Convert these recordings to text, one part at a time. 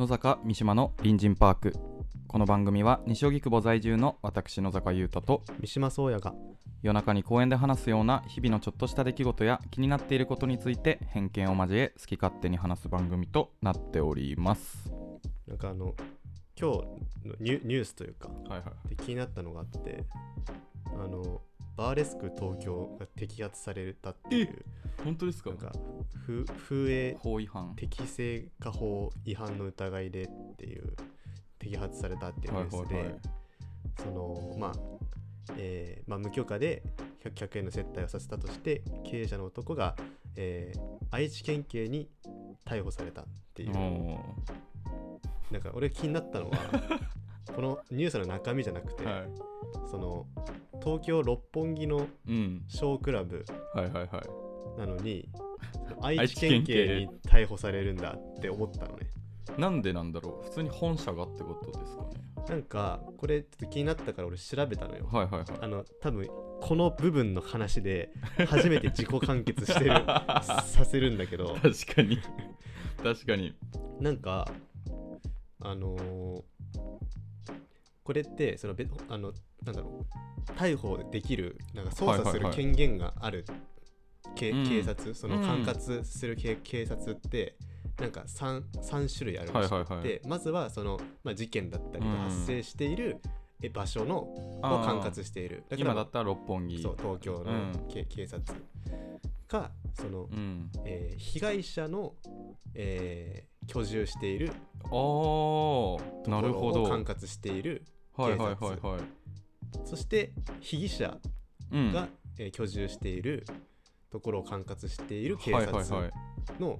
野坂三島の隣人パーク。この番組は西荻窪在住の私野坂優太と三島宗也が夜中に公園で話すような日々のちょっとした出来事や気になっていることについて偏見を交え好き勝手に話す番組となっております。 なんか今日のニュースというか、で気になったのがあって、バーレスク東京が摘発されたっていう。 本当ですか？ なんか風営法違反適正化法違反の疑いでっていう摘発されたっていうニュースで、無許可で100円の接待をさせたとして経営者の男が、愛知県警に逮捕されたっていう。なんか俺気になったのはこのニュースの中身じゃなくて、その東京六本木のショークラブなのに、愛知県警に逮捕されるんだって思ったのね。 なんでなんだろう。普通に本社がってことですかね。 なんかこれちょっと気になったから俺調べたのよ。多分この部分の話で初めて自己完結してるさせるんだけど確かになんかこれってなんだろう、逮捕できるなんか捜査する権限がある、警察、その管轄する警察ってなんか 3種類あるらしくて、まずはその、事件だったりと発生している場所のを管轄している。だから今だったら六本木、 そう東京の、警察かその、被害者の、居住しているところを管轄している警察、そして被疑者が、居住しているところを管轄している警察の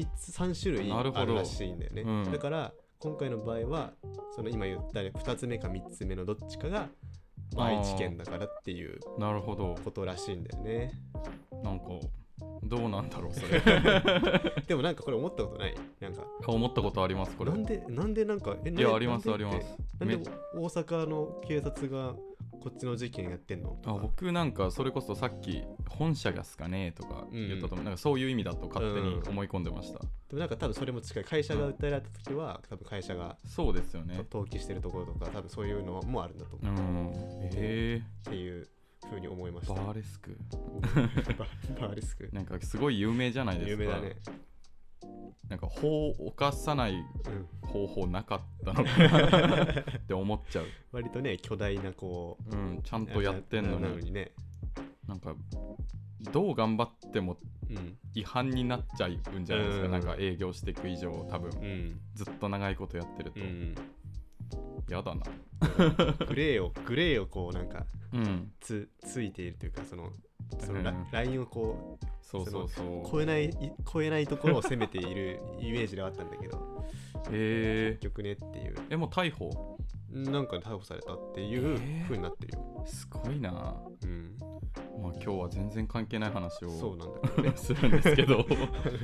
3種類あるらしいんだよね。だから今回の場合はその今言った2つ目か3つ目のどっちかが、愛知県だからっていうことらしいんだよね。 なんかどうなんだろうそれでもなんかこれ思ったことない？なんか思ったことあります。これなんでなんかいやありますなんで大阪の警察がこっちの事件やってんの？ 僕なんかそれこそさっき本社がすかねとか言ったと思う、なんかそういう意味だと勝手に思い込んでました。 でもなんか多分それも近い。会社が訴えられた時は、多分会社がそうですよね、 登記してるところとか多分そういうのもあるんだと思う。っていう風に思いました。 バーレスクバーレスクなんかすごい有名じゃないですか。 有名だね。 なんか法を犯さない方法なかったのかなって思っちゃう。 割とね巨大なこう、 ちゃんとやってんのにね、 なんかどう頑張っても違反になっちゃうんじゃないですか。なんか営業していく以上多分、ずっと長いことやってると、やだなグレーをこうなんか、ついているというか、そのラインをこう超えないところを攻めているイメージではあったんだけど結局ねっていう。 もう逮捕なんか逮捕されたっていう風になってるよ。 すごいな。今日は全然関係ない話をそうなんだけど、ね、 するんですけど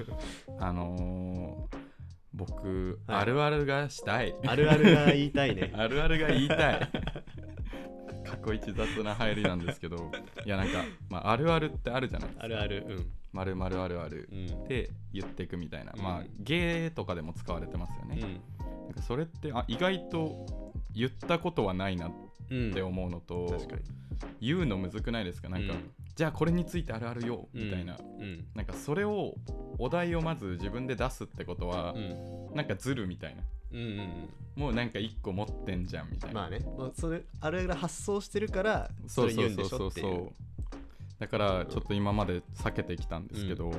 僕、あるあるがしたい。 あるあるが言いたいねあるあるが言いたい過去一雑な入りなんですけど、いやなんか、あるあるってあるじゃないですか。 あるある、 〇〇あるあるって言っていくみたいな、芸とかでも使われてますよね。なんかそれって意外と言ったことはないなって思うのと、 確かに言うのむずくないですか？なんか、じゃあこれについてあるあるよみたいな、なんかそれをお題をまず自分で出すってことは、なんかずるみたいな、もうなんか一個持ってんじゃんみたいな。 それあれが発想してるからそれ言うんでしょっていう。 だからちょっと今まで避けてきたんですけど、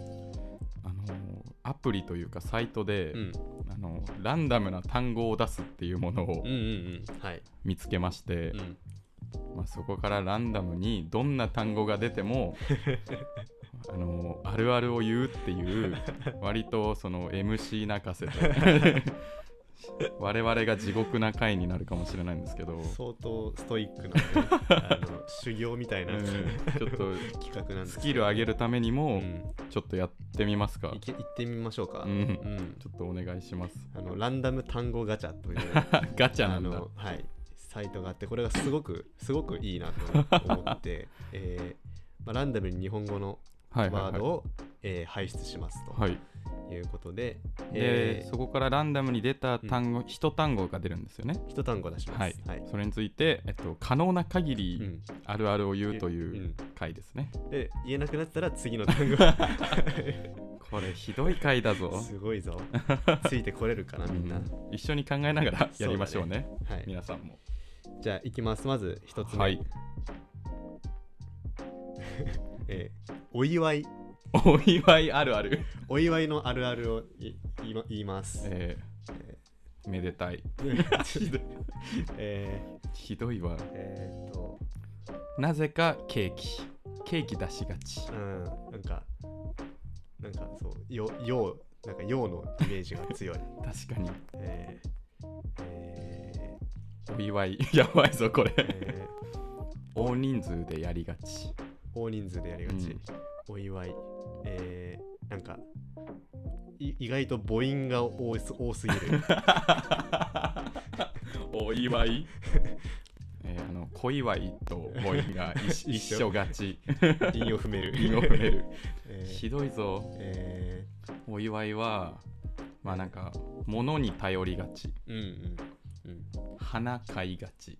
アプリというかサイトで、ランダムな単語を出すっていうものを見つけまして、そこからランダムにどんな単語が出てもあるあるを言うっていう割とその MC 泣かせと我々が地獄な回になるかもしれないんですけど、 相当ストイックな、修行みたいな、 ちょっと企画なんです、 スキル上げるためにも、ちょっとやってみますか。 行ってみましょうか。 ちょっとお願いします。 ランダム単語ガチャというガチャなんだ。 サイトがあって、これがすごくいいなと思ってランダムに日本語のワードを、輩出しますと、 いうことで、 でそこからランダムに出た単語、一単語が出るんですよね。 一単語出します。 はい。それについて、可能な限りあるあるを言うという回ですね。 で言えなくなったら次の単語。 これひどい回だぞ。 すごいぞ。ついてこれるかなみんな。 一緒に考えながらやりましょうね。はい。皆さんも。 じゃあいきます。まず一つ目。 はい。 お祝い。 お祝いあるある。 お祝いのあるあるを言います。 めでたい。ひどいわ。なぜかケーキ出しがち。 なんかそう洋なんか洋のイメージが強い。 確かに。お祝いやばいぞこれ。大人数でやりがち。 大人数でやりがち。お祝い。なんか意外と母音が多すぎる。 お祝い小祝いと母音が一緒がち。 韻を踏める。 ひどいぞ。お祝いはまあなんか物に頼りがち。花買いがち。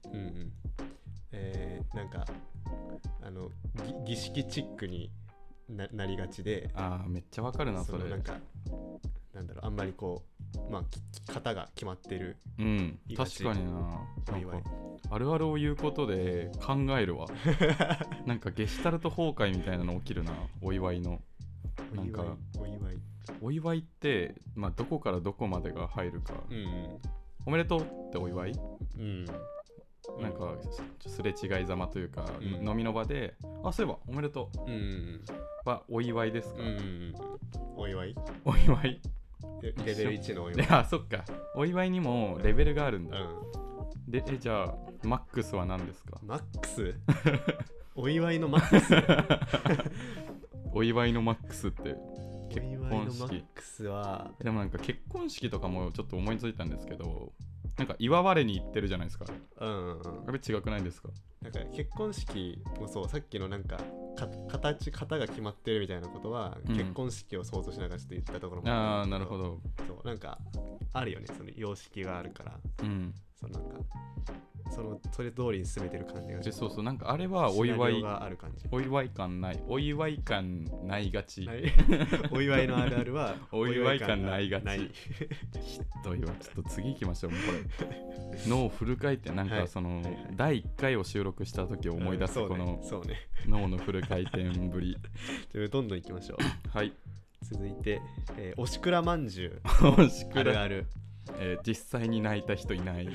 なんか儀式チックになりがちで。 めっちゃわかるなそれ。 なんかなんだろう、あんまりこうまあ型が決まってる。 確かにな。あるあるを言うことで考えるわ。なんかゲシュタルト崩壊みたいなの起きるな。お祝いのなんかお祝いってまあどこからどこまでが入るか。おめでとうってお祝い。なんかすれ違いざまというか、飲みの場でそういえばおめでとうはお祝いですか。 お祝いレベル1のお祝い。 そっか。お祝いにもレベルがあるんだ。でじゃあマックスは何ですか。 マックスお祝いのマックス。 お祝いのマックスって結婚式。マックスはでもなんか結婚式とかもちょっと思いついたんですけど、なんか祝われに行ってるじゃないですか。あれ違くないですか。 なんか結婚式もそう、さっきのなんか型が決まってるみたいなことは、結婚式を想像しながらちょっと言ったところもある。 なるほど。 そうなんかあるよね、その様式があるから。そのなんかそれ通りに進めてる感じがして。 そうなんかあれはお祝いがある感じ。 お祝い感ない。お祝い感ないがち。 お祝いのあるあるはお祝い感ないがち。ひどいわ。ちょっと次行きましょう。もうこれ脳フル回転。なんかその第1回を収録した時を思い出すこの脳のフル回転ぶり。 どんどん行きましょう。 はい。 続いておしくらまんじゅう。あるある。 実際に泣いた人いない。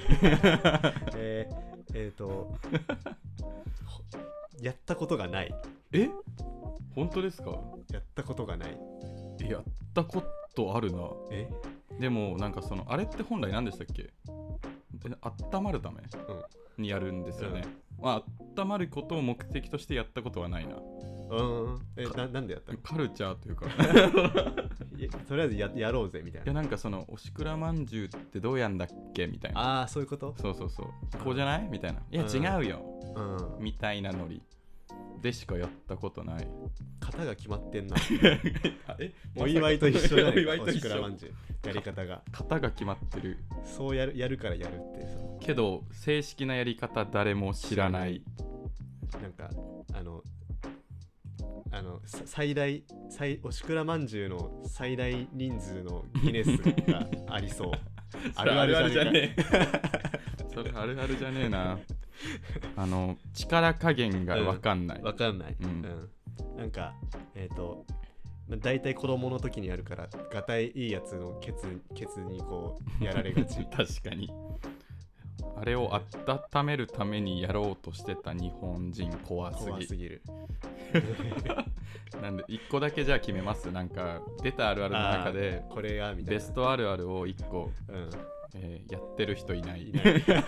やったことがない。 本当ですか。 やったことがない。 やったことあるな。でもなんかそのあれって本来何でしたっけ。温まるためにやるんですよね。温まることを目的としてやったことはないな。なんでやったの。カルチャーというかとりあえず やろうぜみたいな。 いやなんかそのおしくらまんじゅうってどうやんだっけみたいな。 そういうこと。 そうこうじゃないみたいな。いや違うよみたいなノリでしかやったことない。 型が決まってんな。お祝いと一緒だね。おしくらまんじゅうやり方が。 型が決まってる。 そうやるからやるってさ。 けど正式なやり方誰も知らない。 なんかおしくらまんじゅうの最大人数のギネスがありそう。 あるあるじゃねえ。それあるあるじゃねえな。力加減が分かんない。 なんかだいたい子供の時にやるからがたいいいやつのケツにこうやられがち。 確かに。あれを温めるためにやろうとしてた日本人怖すぎる。なんで1個だけじゃあ決めます。なんか出たあるあるの中でこれがみたいなベストあるあるを1個、やってる人いない。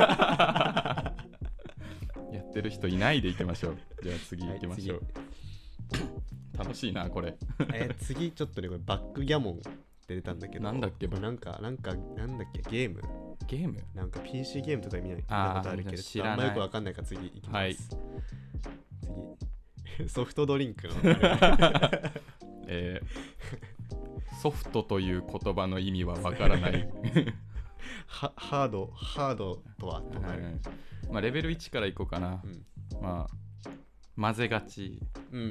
やってる人いないでいきましょう。じゃあ次行きましょう。楽しいなこれ。 次ちょっとねこれバックギャモンって出たんだけど、 なんだっけ。 なんだっけゲームなんか PC ゲームとか見たことあるけどあんまよくわかんないから次行きます。次ソフトドリンクのソフトという言葉の意味はわからないハードとはとか、 まあレベル1からいこうかな、まあ混ぜがち、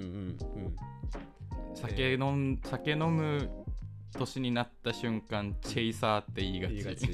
酒飲む年になった瞬間チェイサーって言いがち、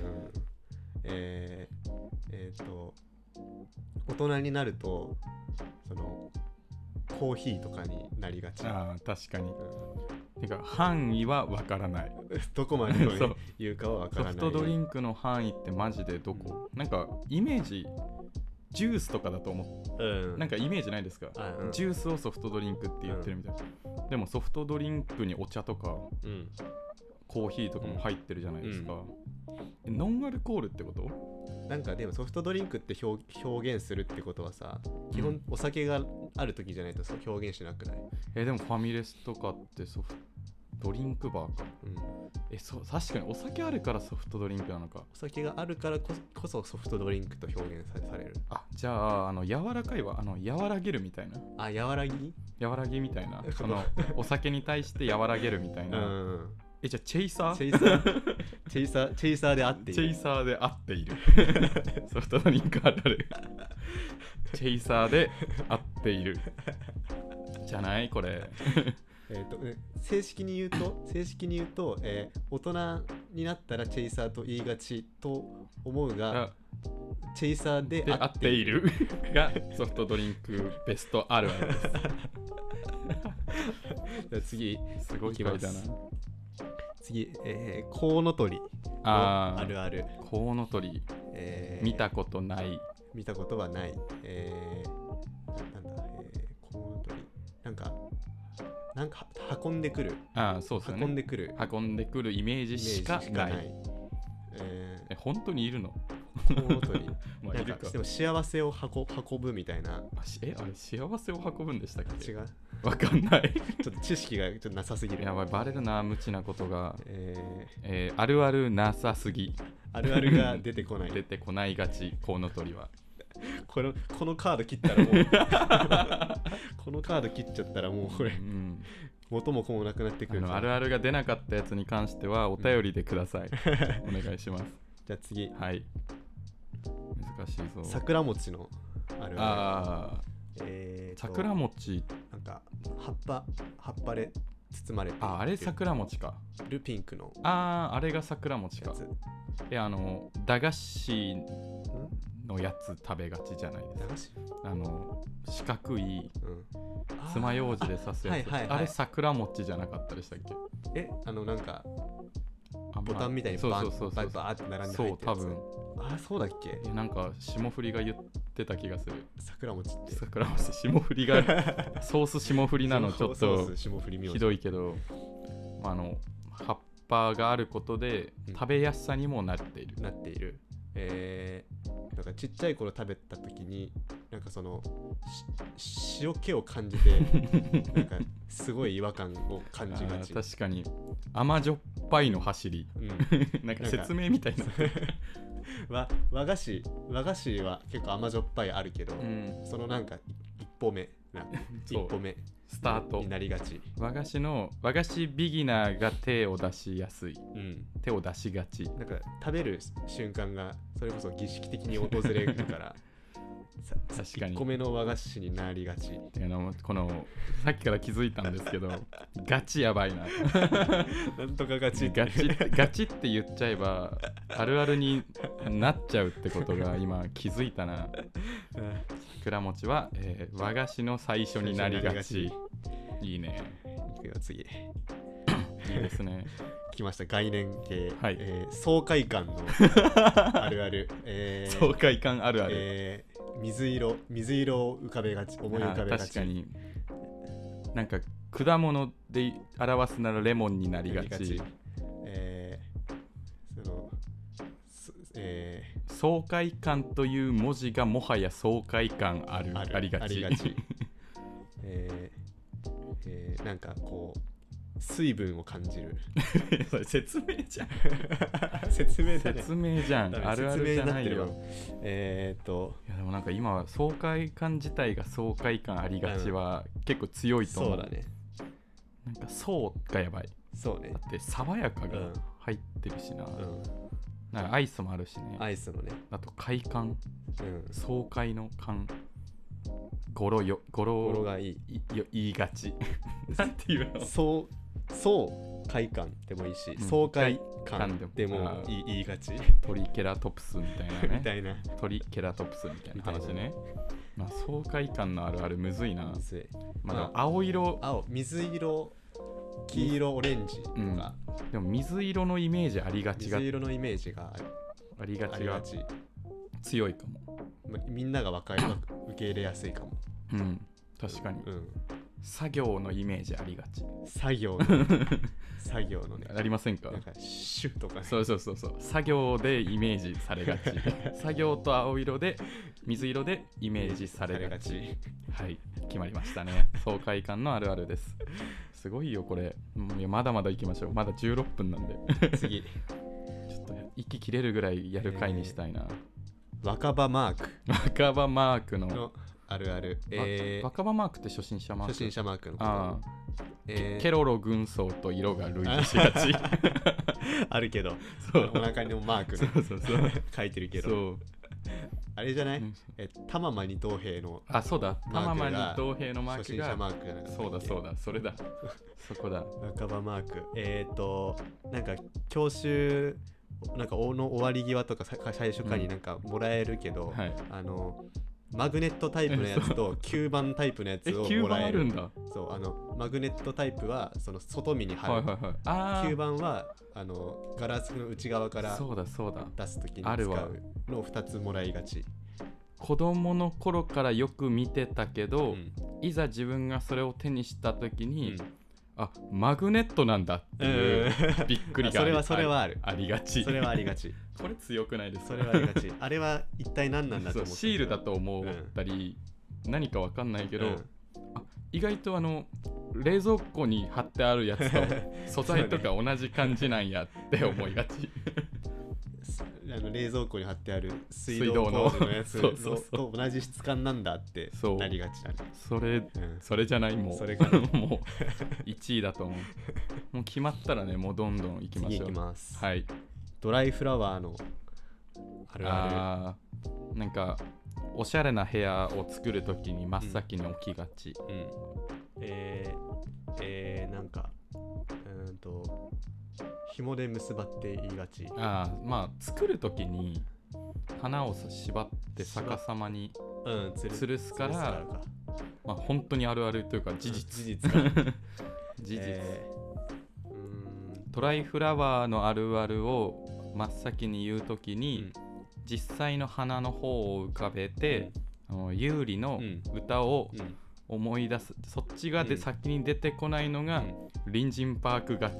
大人になるとそのコーヒーとかになりがち。 ああ確かに、てか範囲はわからないどこまで言うかはわからない。 ソフトドリンクの範囲ってマジでどこ、なんかイメージジュースとかだと思う、なんかイメージないですか、ジュースをソフトドリンクって言ってるみたいな、でもソフトドリンクにお茶とか、コーヒーとかも入ってるじゃないですか、ノンアルコールってこと？ なんかでもソフトドリンクって表現するってことはさ、基本お酒がある時じゃないとそう表現しなくない？ でもファミレスとかってソフトドリンクバーか、確かにお酒あるからソフトドリンクなのか。 お酒があるからこそソフトドリンクと表現される。 じゃあ柔らかいは和らげるみたいな。 和らぎみたいなお酒に対して和らげるみたいな、じゃあチェイサーチェイサーで合っている。 チェイサーで合っているソフトドリンクあるチェイサーで合っているじゃないこれ正式に言うと、大人になったらチェイサーと言いがちと思うが、チェイサーで合っているがソフトドリンクベストあるあるですじゃあ次すごい機会だな。 次、コウノトリあるある。 コウノトリ、見たことない。 見たことはない。なんだ、コウノトリなんか運んでくる。 そうですね。 運んでくるイメージしかない。本当にいるの？ コウノトリなんかでも幸せを運ぶみたいな。 あれ幸せを運ぶんでしたっけ？ 違う。 わかんない。 ちょっと知識がちょっとなさすぎる。 やばい、バレるな、無知なことが。あるあるなさすぎ。 あるあるが出てこない。 出てこないがち、コウノトリは。 このカード切ったらもうこのカード切っちゃったらもうこれ、元も子もなくなってくる。 あるあるが出なかったやつに関してはお便りでください。お願いします。 じゃあ次。 はい。難しいぞ。 桜餅のあるある。桜餅なんか葉っぱで包まれてあれ桜餅か。 ピンクのあれが桜餅か。駄菓子のやつ食べがちじゃないですか。四角い爪楊枝で刺すやつ。あれ桜餅じゃなかったでしたっけ？ なんかボタンみたいにバーって並んで入ってるやつ。 そう多分。 そうだっけ？ なんか霜降りが言ってた気がする。 桜餅って霜降りがソース霜降りなのちょっとひどいけど、葉っぱがあることで食べやすさにもなっている。 なんかちっちゃい頃食べた時になんかその塩気を感じてなんかすごい違和感を感じがち。 確かに甘じょっぱいの走り、なんか説明みたいな和菓子は結構甘じょっぱいあるけど、そのなんか一歩目スタートになりがち。 和菓子ビギナーが手を出しやすい、手を出しがち。 なんか食べる瞬間がそれこそ儀式的に訪れるから確かに1個目の和菓子になりがち。 このさっきから気づいたんですけどガチやばいななんとかガチって言っちゃえばあるあるになっちゃうってことが今気づいたな。桜餅は、和菓子の最初になりがち。いいね。 次いいですね。 来ました。概念系、 爽快感のあるある、 爽快感あるある、 水色を浮かべがち、思い浮かべがち。 確かになんか果物で表すならレモンになりがち。爽快感という文字がもはや爽快感ありがち。 なんかこう水分を感じるそれ説明じゃん説明じゃん。あるあるじゃないよ。 いやでもなんか今は爽快感自体が爽快感ありがちは結構強いと思う。 そうだね。 なんかそうがやばい。 そうね。 だって爽やかが入ってるしな、なんかアイスもあるしね。 アイスのね。 あと快感、爽快の感、語呂がいいがちなんていうの、 そう快感でもいいし、爽快感でも言いがち。 トリケラトプスみたいなね。 みたいな。 トリケラトプスみたいな話ね。まあ爽快感のあるあるむずいな。まあ青色、 水色、黄色、オレンジとか。 でも水色のイメージありがちが。 水色のイメージがありがち強いかも。 みんなが受け入れやすいかも。 確かに。作業のイメージありがち。 作業のね。 ありませんか？ なんかシュとか、ね。 そう。作業でイメージされがち。作業と青色で、水色でイメージされがち。はい、決まりましたね。爽快感のあるあるです。すごいよこれ。いやまだまだ行きましょう。まだ16分なんで。 次。 ちょっと息切れるぐらいやる回にしたいな。 若葉マークのあるある。 若葉マークって初心者マーク。 初心者マークの。 ケロロ軍曹と色が類似しがち。 あるけど、お腹にもマーク書いてるけど。あれじゃない？玉間二等兵の。 そうだ。玉間二等兵のマークが初心者マークじゃない。 そうだ。それだ。そこだ。 若葉マーク。なんか教習なんかの終わり際とか最初かになんかもらえるけど、マグネットタイプのやつと吸盤タイプのやつをもらえる。 吸盤あるんだ。 そうマグネットタイプはその外見に貼る。吸盤はガラスの内側から出すときに使うのを2つもらいがち。 子供の頃からよく見てたけど、いざ自分がそれを手にしたときに、マグネットなんだっていうびっくりがそれはある。 ありがち。 それはありがち。 これ強くないですか？ それはありがち。あれは一体何なんだと思って。 シールだと思ったり、何かわかんないけど、意外と冷蔵庫に貼ってあるやつと素材とか同じ感じなんやって思いがち。 冷蔵庫に貼ってある水道のやつと同じ質感なんだってなりがちだね。 それじゃない。もうそれかもう1位だと思う。もう決まったらね、もうどんどんいきましょう。 次いきます。 はい。 ドライフラワーのあるある。なんかおしゃれな部屋を作るときに真っ先に起きがち。 なんか紐で結ばって言いがち。 まあ作るときに花を縛って逆さまに吊るすから、まあ本当にあるあるというか事実ドライフラワーのあるあるを真っ先に言うときに、実際の花の方を浮かべて、優里の歌を思い出す。そっちが先に出てこないのが隣人パークがち。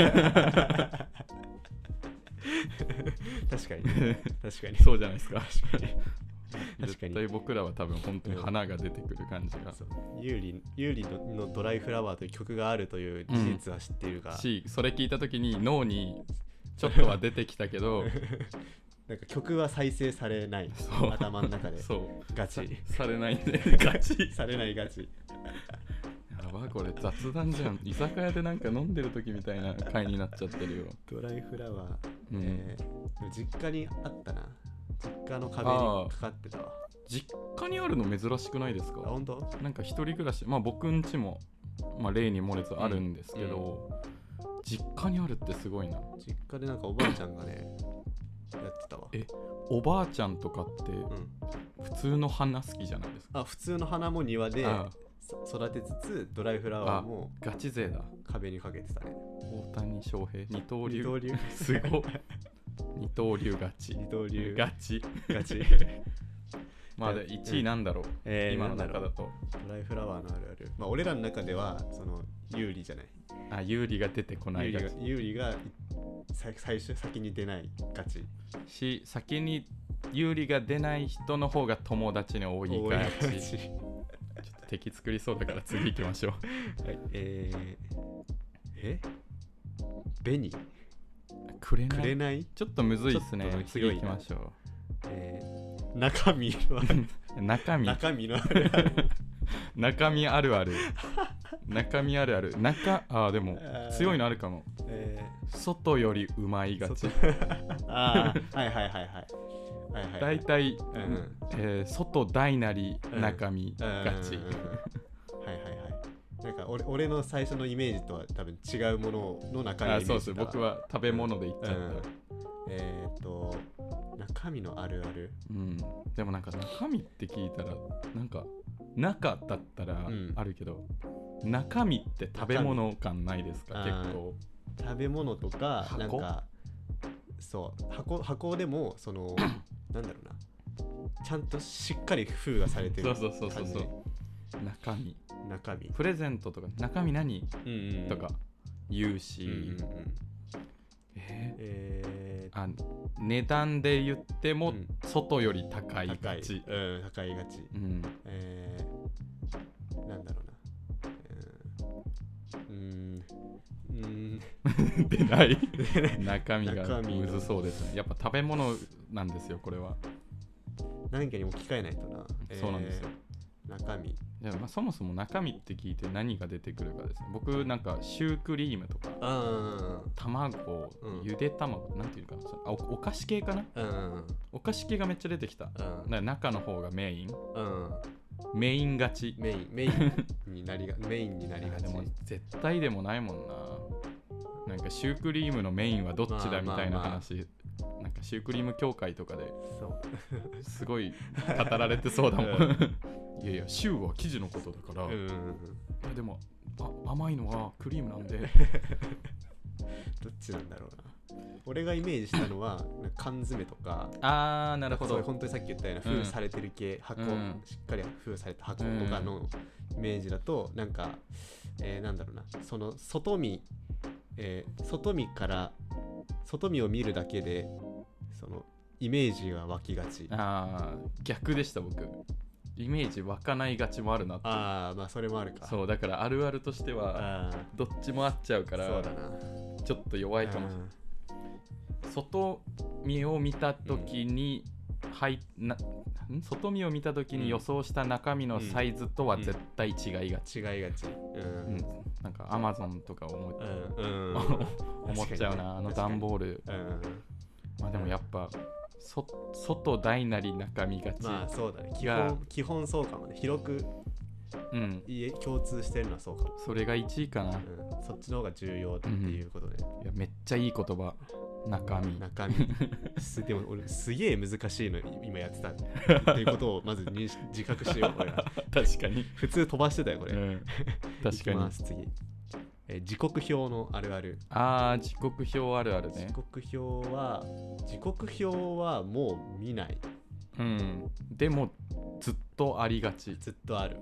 確かにそうじゃないですか。 確かに絶対僕らは多分本当に花が出てくる感じが。 優里のドライフラワーという曲があるという事実は知っているが、 それ聞いた時に脳にちょっとは出てきたけどなんか曲は再生されない。頭の中でガチされないね。ガチされないガチ。 やば、これ雑談じゃん。居酒屋でなんか飲んでる時みたいな回になっちゃってるよ。 ドライフラワー、実家にあったな。実家の壁にかかってたわ。 実家にあるの珍しくないですか？ 本当？ なんか一人暮らし、僕ん家も、例に漏れずあるんですけど、実家にあるってすごいな。 実家でなんかおばあちゃんがねやってたわ。 おばあちゃんとかって普通の花好きじゃないですか？ 普通の花も庭で育てつつ、ドライフラワーもガチ勢だ。 壁にかけてたね。 大谷翔平二刀流すごい。二刀流ガチ。ガチまあ1位なんだろう、今の中だと。 ドライフラワーのあるある。俺らの中ではその優里じゃない。 優里が出てこないガチ。 優里が先に出ないガチ。 先に優里が出ない人の方が友達に多いガチ。ちょっと敵作りそうだから次行きましょう。 はい、紅くれないちょっとむずいっすね。次行きましょう。 中身のあるある。 中身あるある。 中身あるある。でも強いのあるかも。外よりうまいがち。 はいはいはいはい。 だいたい外大なり中身がち。 はいはいはい。なんか俺の最初のイメージとは多分違うものの中身のイメージだ。 そうです。僕は食べ物で言っちゃった。 中身のあるある。 でもなんか中身って聞いたらなんか中だったらあるけど、中身って食べ物感ないですか？結構食べ物とかなんかそう箱でもそのなんだろうな、ちゃんとしっかり封がされてる。 そう中身プレゼントとか中身何、とか言うし、値段で言っても外より高いがち。 高いがち。なんだろうな。 出ない中身がむずそうですね。やっぱ食べ物なんですよこれは。 何かにも聞かえないとな。 そうなんですよ。 中身。 そもそも中身って聞いて何が出てくるかですね。僕なんかシュークリームとか卵、ゆで卵なんていうかな、お菓子系かな、お菓子系がめっちゃ出てきた。中の方がメイン、メイン勝ち。 メインになりがち。 でも絶対でもないもんな。なんかシュークリームのメインはどっちだみたいな話、なんかシュークリーム協会とかですごい語られてそうだもん。いやいや、シューは生地のことだから、でも甘いのはクリームなんでどっちなんだろうな。俺がイメージしたのは缶詰とか、 なるほど。 そう本当にさっき言ったような封されてる系、箱、しっかり封された箱とかのイメージだと、なんか、なんだろうな、その外見を見るだけでそのイメージが湧きがち。 逆でした僕。イメージ湧かないがちもあるなって。 まあそれもあるか。 そうだからあるあるとしてはどっちもあっちゃうから、 そうだな、 ちょっと弱いかもしれない。外見を見た時に、外見を見た時に予想した中身のサイズとは絶対違いがち。なんかアマゾンとか思っちゃうな、あの段ボール。まあでもやっぱ外大なり中身がち。 まあそうだね、基本そうかもね。広く共通してるのはそうかも。 それが1位かな。 そっちの方が重要っていうことで。いやめっちゃいい言葉。中身でも俺すげえ難しいの今やってたっていうことをまず自覚しよう。俺は確かに普通飛ばしてたよこれ。 確かに。 次、時刻表のあるある。 時刻表あるあるね。 時刻表はもう見ない。 でもずっとありがち。 ずっとある。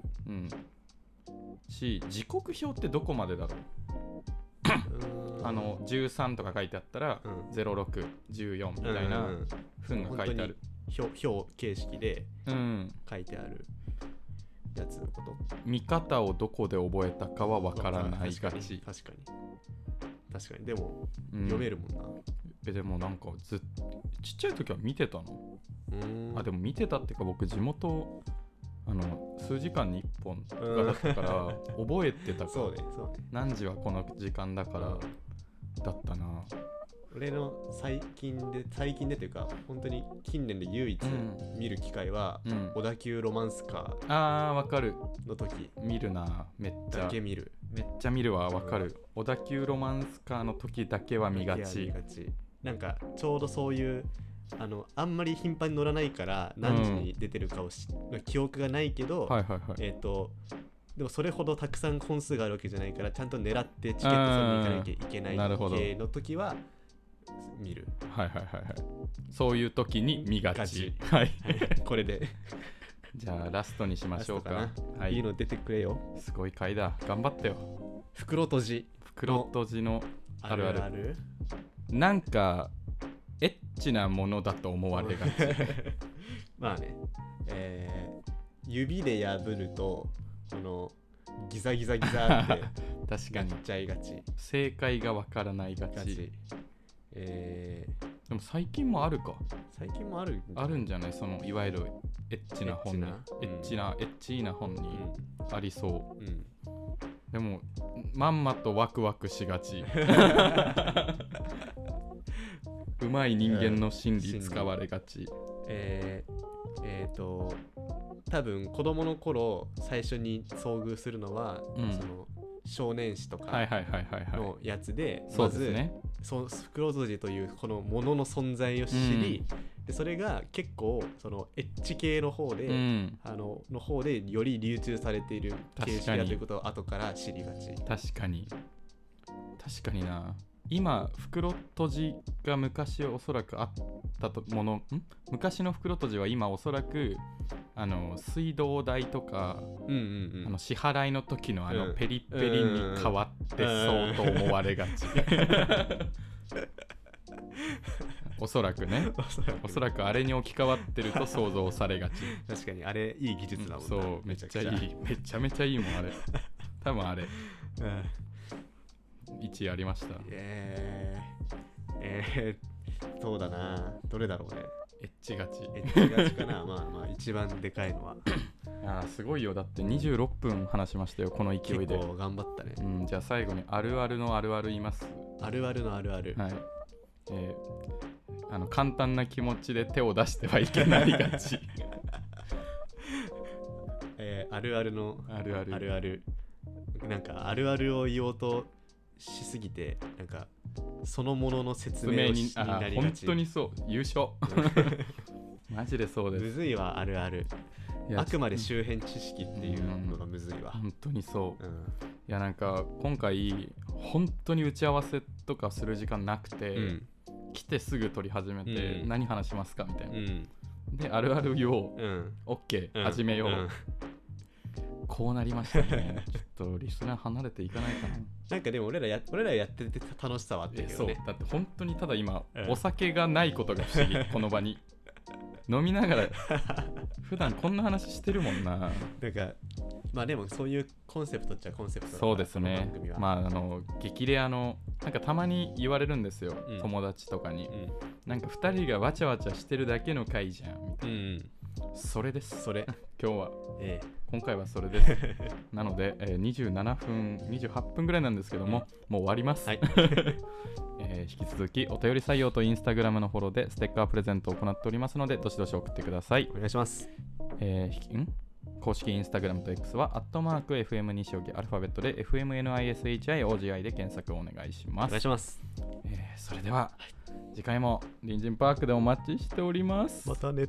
時刻表ってどこまでだろう。13とか書いてあったら、06、14みたいな分が書いてある。 表形式で書いてあるやつのこと。 見方をどこで覚えたかは分からないがち。 確かに。でも、読めるもんな。 でもなんかちっちゃい時は見てたの。でも見てたっていうか、僕地元数時間に1本とかだったから覚えてたからそうね。 何時はこの時間だからだったな。 俺の最近でというか本当に近年で唯一見る機会は、小田急ロマンスカーわかるの時見るな。めっちゃ見るわ。わかる。小田急ロマンスカーの時だけは見がち。 なんかちょうどそういうあんまり頻繁に乗らないから何時に出てるかを記憶がないけど、でもそれほどたくさん本数があるわけじゃないから、ちゃんと狙ってチケット取りに行かなきゃいけない系の時は見る。 そういう時に見がち。 これでじゃあラストにしましょうか。 いいの出てくれよ。 すごい回だ。頑張ってよ。 袋閉じのあるある。なんかエッチなものだと思われがち。 まあね、指で破るとこのギザギザギザって確かになっちゃいがち。 正解がわからないがち。でも最近もあるか。 最近もあるんじゃない。そのいわゆるエッチな本にエッチな本にありそう。 でもまんまとワクワクしがちうまい人間の心理使われがち、 多分子供の頃最初に遭遇するのは、その少年誌とかのやつで、まず袋とじというこのものの存在を知り、でそれが結構そのエッジ系の方で、の方でより流通されている形式だということを後から知りがち。 確かにな。今袋とじが昔おそらくあったもの、昔の袋とじは今おそらく水道代とか、支払いの時のペリッペリに変わってそうと思われがちおそらくねおそらくあれに置き換わってると想像されがち。 確かにあれいい技術だもんね。 そうめっちゃいい、めちゃめちゃいいもんあれ多分あれ1位ありました。 そうだな、どれだろうね。 エッチがちかなまあ一番でかいのはすごいよ。だって26分話しましたよこの勢いで。 結構頑張ったね。 じゃあ最後にあるあるのあるある言います。 あるあるのあるある、 はい。簡単な気持ちで手を出してはいけないがちあるあるのあるあるなんかあるあるを言おうとしすぎてなんかそのものの説明になりがち。 本当にそう優勝マジでそうです。 むずいわあるある。あくまで周辺知識っていうのがむずいわ。 本当にそう、いやなんか今回本当に打ち合わせとかする時間なくて、来てすぐ撮り始めて、何話しますかみたいな、であるある言おう、OK、始めよう、こうなりましたねちょっとリスナー離れていかないかな。 なんかでも俺らやってて楽しさはあったけどね。 そうだって本当にただ今、お酒がないことが不思議この場に飲みながら普段こんな話してるもんな。 なんかまあでもそういうコンセプトっちゃコンセプトだから。 そうですね。まあ激レアのなんかたまに言われるんですよ、友達とかに、なんか2人がわちゃわちゃしてるだけの回じゃんみたいな、それです。それ今日は、今回はそれですなので、27分28分ぐらいなんですけども、もう終わります、はい引き続きお便り採用とインスタグラムのフォローでステッカープレゼントを行っておりますのでどしどし送ってください。 お願いします。 公式インスタグラムと X は@FM 西荻アルファベットで FMNISHIOGI で検索をお願いします。 お願いします。 それでは、次回も隣人パークでお待ちしております。 またね。